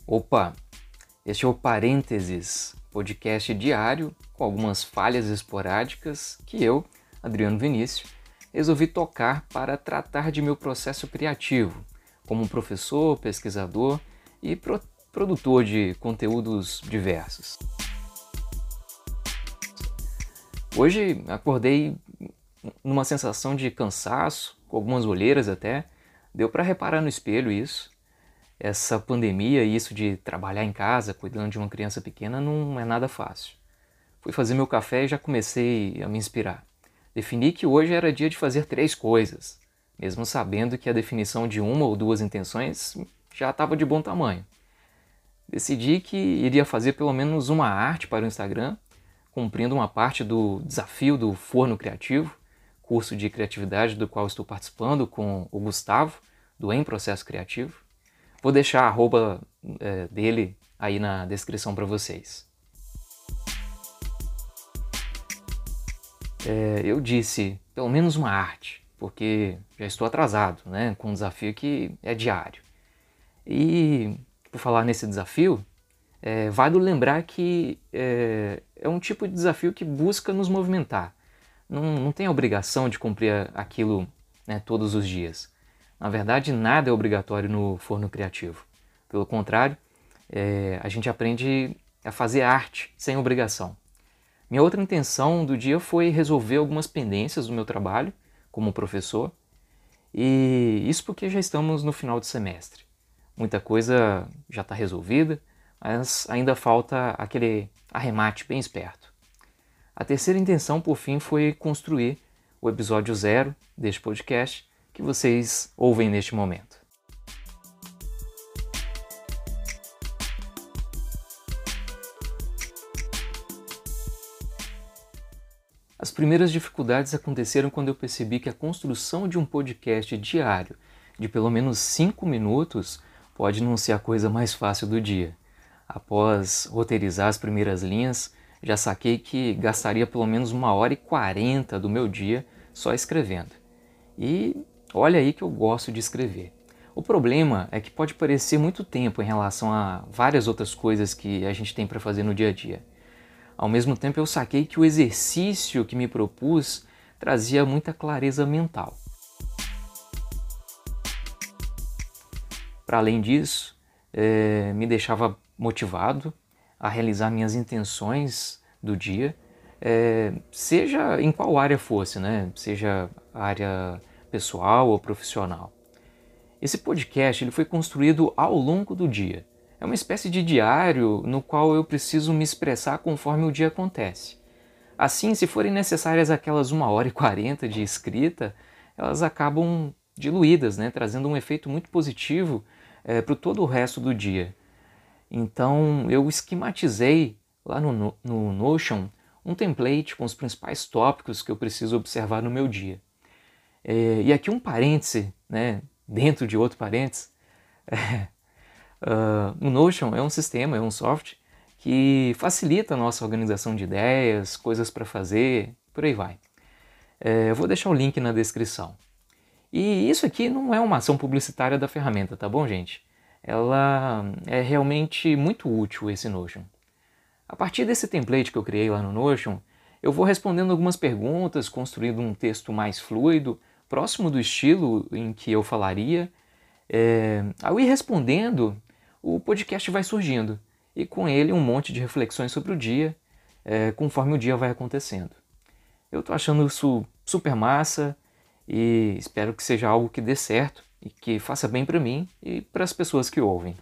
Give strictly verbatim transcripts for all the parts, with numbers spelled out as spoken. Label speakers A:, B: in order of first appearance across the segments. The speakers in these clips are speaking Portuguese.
A: Opa, este é o Parênteses, podcast diário com algumas falhas esporádicas que eu, Adriano Vinícius, resolvi tocar para tratar de meu processo criativo, como professor, pesquisador e pro- produtor de conteúdos diversos. Hoje acordei numa sensação de cansaço, com algumas olheiras até, deu para reparar no espelho isso. Essa pandemia e isso de trabalhar em casa, cuidando de uma criança pequena, não é nada fácil. Fui fazer meu café e já comecei a me inspirar. Defini que hoje era dia de fazer três coisas, mesmo sabendo que a definição de uma ou duas intenções já estava de bom tamanho. Decidi que iria fazer pelo menos uma arte para o Instagram, cumprindo uma parte do desafio do Forno Criativo, curso de criatividade do qual estou participando com o Gustavo, do Em Processo Criativo. Vou deixar a arroba é, dele aí na descrição para vocês. É, eu disse, pelo menos uma arte, porque já estou atrasado, né, com um desafio que é diário. E, por falar nesse desafio, é, vale lembrar que é, é um tipo de desafio que busca nos movimentar. Não, não tem a obrigação de cumprir aquilo, né, todos os dias. Na verdade, nada é obrigatório no Forno Criativo. Pelo contrário, é, a gente aprende a fazer arte sem obrigação. Minha outra intenção do dia foi resolver algumas pendências do meu trabalho como professor, e isso porque já estamos no final de semestre. Muita coisa já está resolvida, mas ainda falta aquele arremate bem esperto. A terceira intenção, por fim, foi construir o episódio zero deste podcast, que vocês ouvem neste momento. As primeiras dificuldades aconteceram quando eu percebi que a construção de um podcast diário de pelo menos cinco minutos pode não ser a coisa mais fácil do dia. Após roteirizar as primeiras linhas, já saquei que gastaria pelo menos uma hora e quarenta do meu dia só escrevendo. E olha aí que eu gosto de escrever. O problema é que pode parecer muito tempo em relação a várias outras coisas que a gente tem para fazer no dia a dia. Ao mesmo tempo eu saquei que o exercício que me propus trazia muita clareza mental. Para além disso, é, me deixava motivado a realizar minhas intenções do dia, é, seja em qual área fosse, né? Seja área pessoal ou profissional. Esse podcast ele foi construído ao longo do dia. É uma espécie de diário no qual eu preciso me expressar conforme o dia acontece. Assim, se forem necessárias aquelas uma hora e quarenta de escrita, elas acabam diluídas, né? Trazendo um efeito muito positivo é, para todo o resto do dia. Então, eu esquematizei lá no, no Notion um template com os principais tópicos que eu preciso observar no meu dia. É, e aqui um parêntese, né, dentro de outro parêntese, é, uh, o Notion é um sistema, é um software que facilita a nossa organização de ideias, coisas para fazer, por aí vai. É, eu vou deixar o link na descrição. E isso aqui não é uma ação publicitária da ferramenta, tá bom, gente? Ela é realmente muito útil, esse Notion. A partir desse template que eu criei lá no Notion, eu vou respondendo algumas perguntas, construindo um texto mais fluido, próximo do estilo em que eu falaria. É, ao ir respondendo, o podcast vai surgindo, e com ele um monte de reflexões sobre o dia, é, conforme o dia vai acontecendo. Eu estou achando isso super massa e espero que seja algo que dê certo e que faça bem para mim e para as pessoas que ouvem.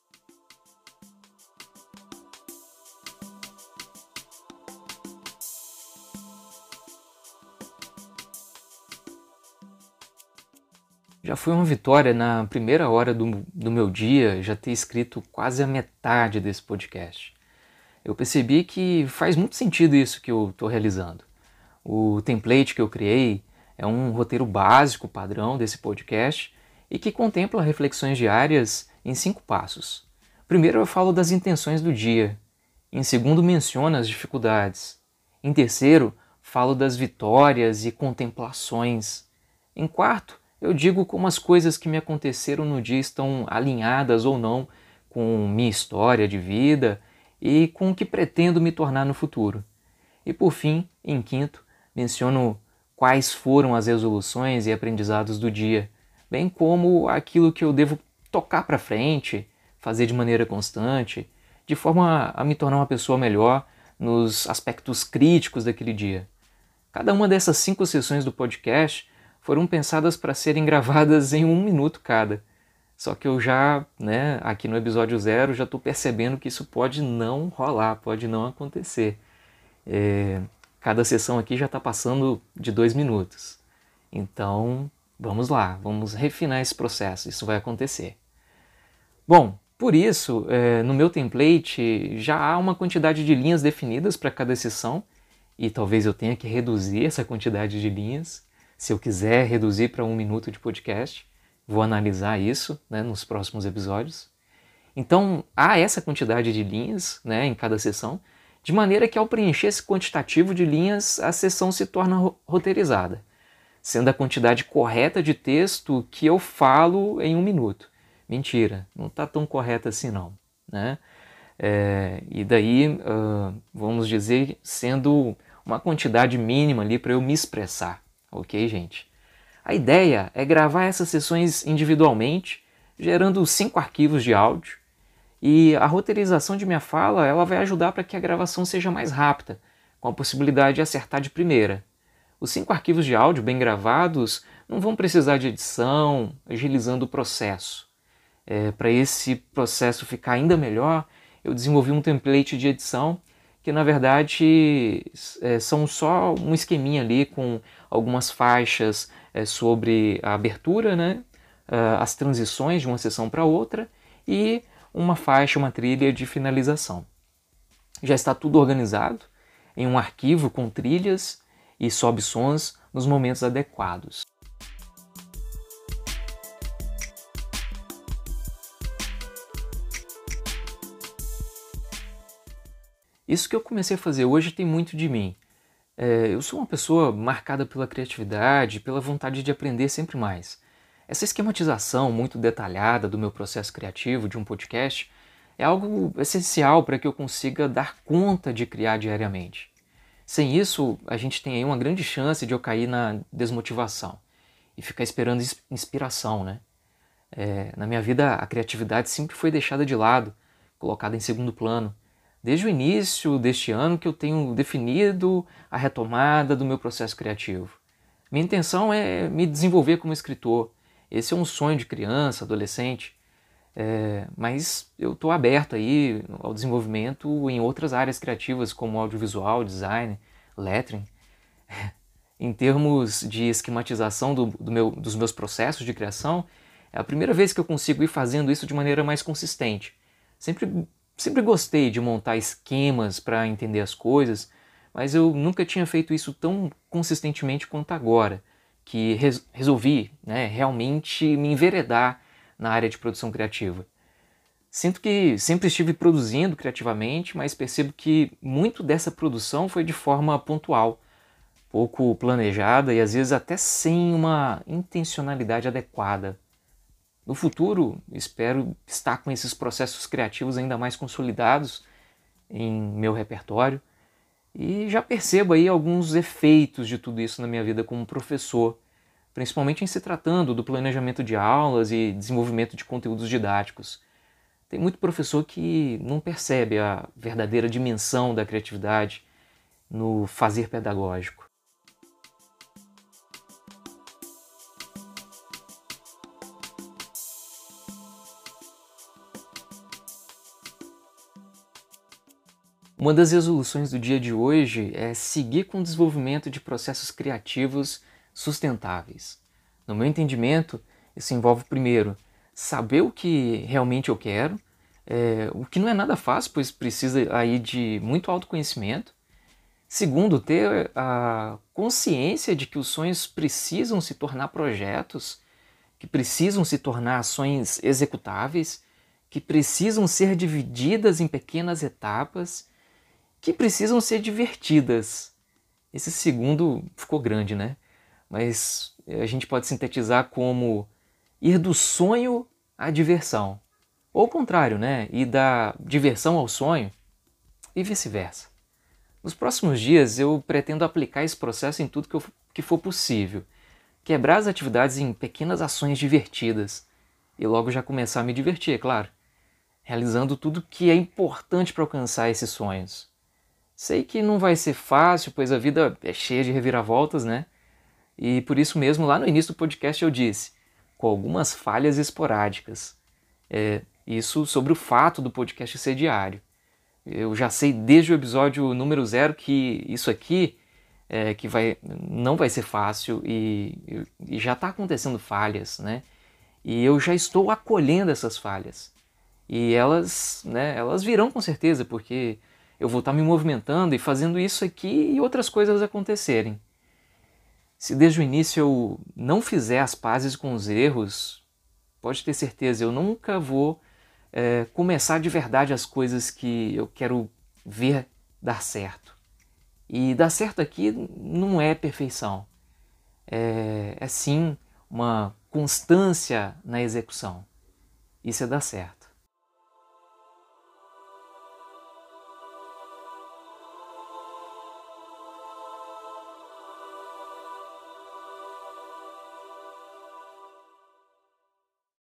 A: Já foi uma vitória na primeira hora do, do meu dia já ter escrito quase a metade desse podcast. Eu percebi que faz muito sentido isso que eu estou realizando. O template que eu criei é um roteiro básico, padrão desse podcast e que contempla reflexões diárias em cinco passos. Primeiro eu falo das intenções do dia. Em segundo menciono as dificuldades. Em terceiro, falo das vitórias e contemplações. Em quarto, eu digo como as coisas que me aconteceram no dia estão alinhadas ou não com minha história de vida e com o que pretendo me tornar no futuro. E por fim, em quinto, menciono quais foram as resoluções e aprendizados do dia, bem como aquilo que eu devo tocar para frente, fazer de maneira constante, de forma a me tornar uma pessoa melhor nos aspectos críticos daquele dia. Cada uma dessas cinco sessões do podcast foram pensadas para serem gravadas em um minuto cada. Só que eu já, né, aqui no episódio zero, já estou percebendo que isso pode não rolar, pode não acontecer. É, cada sessão aqui já está passando de dois minutos. Então, vamos lá, vamos refinar esse processo, isso vai acontecer. Bom, por isso, é, no meu template já há uma quantidade de linhas definidas para cada sessão, e talvez eu tenha que reduzir essa quantidade de linhas, se eu quiser reduzir para um minuto de podcast. Vou analisar isso, né, nos próximos episódios. Então, há essa quantidade de linhas, né, em cada sessão, de maneira que ao preencher esse quantitativo de linhas, a sessão se torna ro- roteirizada, sendo a quantidade correta de texto que eu falo em um minuto. Mentira, não está tão correta assim não, né? É, e daí, uh, vamos dizer, sendo uma quantidade mínima ali para eu me expressar, ok, gente? A ideia é gravar essas sessões individualmente, gerando cinco arquivos de áudio, e a roteirização de minha fala ela vai ajudar para que a gravação seja mais rápida, com a possibilidade de acertar de primeira. Os cinco arquivos de áudio bem gravados não vão precisar de edição, agilizando o processo. É, para esse processo ficar ainda melhor, eu desenvolvi um template de edição que, na verdade, é, são só um esqueminha ali com algumas faixas é, sobre a abertura, né, as transições de uma sessão para outra e uma faixa, uma trilha de finalização. Já está tudo organizado em um arquivo com trilhas e sobe sons nos momentos adequados. Isso que eu comecei a fazer hoje tem muito de mim. É, eu sou uma pessoa marcada pela criatividade, pela vontade de aprender sempre mais. Essa esquematização muito detalhada do meu processo criativo de um podcast é algo essencial para que eu consiga dar conta de criar diariamente. Sem isso, a gente tem aí uma grande chance de eu cair na desmotivação e ficar esperando inspiração, né? É, na minha vida, a criatividade sempre foi deixada de lado, colocada em segundo plano. Desde o início deste ano que eu tenho definido a retomada do meu processo criativo. Minha intenção é me desenvolver como escritor. Esse é um sonho de criança, adolescente, é, mas eu estou aberto aí ao desenvolvimento em outras áreas criativas como audiovisual, design, lettering. Em termos de esquematização do, do meu, dos meus processos de criação, é a primeira vez que eu consigo ir fazendo isso de maneira mais consistente. Sempre Sempre gostei de montar esquemas para entender as coisas, mas eu nunca tinha feito isso tão consistentemente quanto agora, que res- resolvi, né, realmente me enveredar na área de produção criativa. Sinto que sempre estive produzindo criativamente, mas percebo que muito dessa produção foi de forma pontual, pouco planejada e às vezes até sem uma intencionalidade adequada. No futuro, espero estar com esses processos criativos ainda mais consolidados em meu repertório e já percebo aí alguns efeitos de tudo isso na minha vida como professor, principalmente em se tratando do planejamento de aulas e desenvolvimento de conteúdos didáticos. Tem muito professor que não percebe a verdadeira dimensão da criatividade no fazer pedagógico. Uma das resoluções do dia de hoje é seguir com o desenvolvimento de processos criativos sustentáveis. No meu entendimento, isso envolve, primeiro, saber o que realmente eu quero, é, o que não é nada fácil, pois precisa aí de muito autoconhecimento. Segundo, ter a consciência de que os sonhos precisam se tornar projetos, que precisam se tornar ações executáveis, que precisam ser divididas em pequenas etapas, que precisam ser divertidas. Esse segundo ficou grande, né? Mas a gente pode sintetizar como ir do sonho à diversão. Ou o contrário, né? E da diversão ao sonho e vice-versa. Nos próximos dias eu pretendo aplicar esse processo em tudo que, eu, que for possível. Quebrar as atividades em pequenas ações divertidas e logo já começar a me divertir, é claro. Realizando tudo que é importante para alcançar esses sonhos. Sei que não vai ser fácil, pois a vida é cheia de reviravoltas, né? E por isso mesmo, lá no início do podcast eu disse, com algumas falhas esporádicas. É, isso sobre o fato do podcast ser diário. Eu já sei desde o episódio número zero que isso aqui é, que vai, não vai ser fácil e, e já está acontecendo falhas, né? E eu já estou acolhendo essas falhas. E elas, né, elas virão com certeza, porque eu vou estar me movimentando e fazendo isso aqui e outras coisas acontecerem. Se desde o início eu não fizer as pazes com os erros, pode ter certeza, eu nunca vou é, começar de verdade as coisas que eu quero ver dar certo. E dar certo aqui não é perfeição, é, é sim uma constância na execução. Isso é dar certo.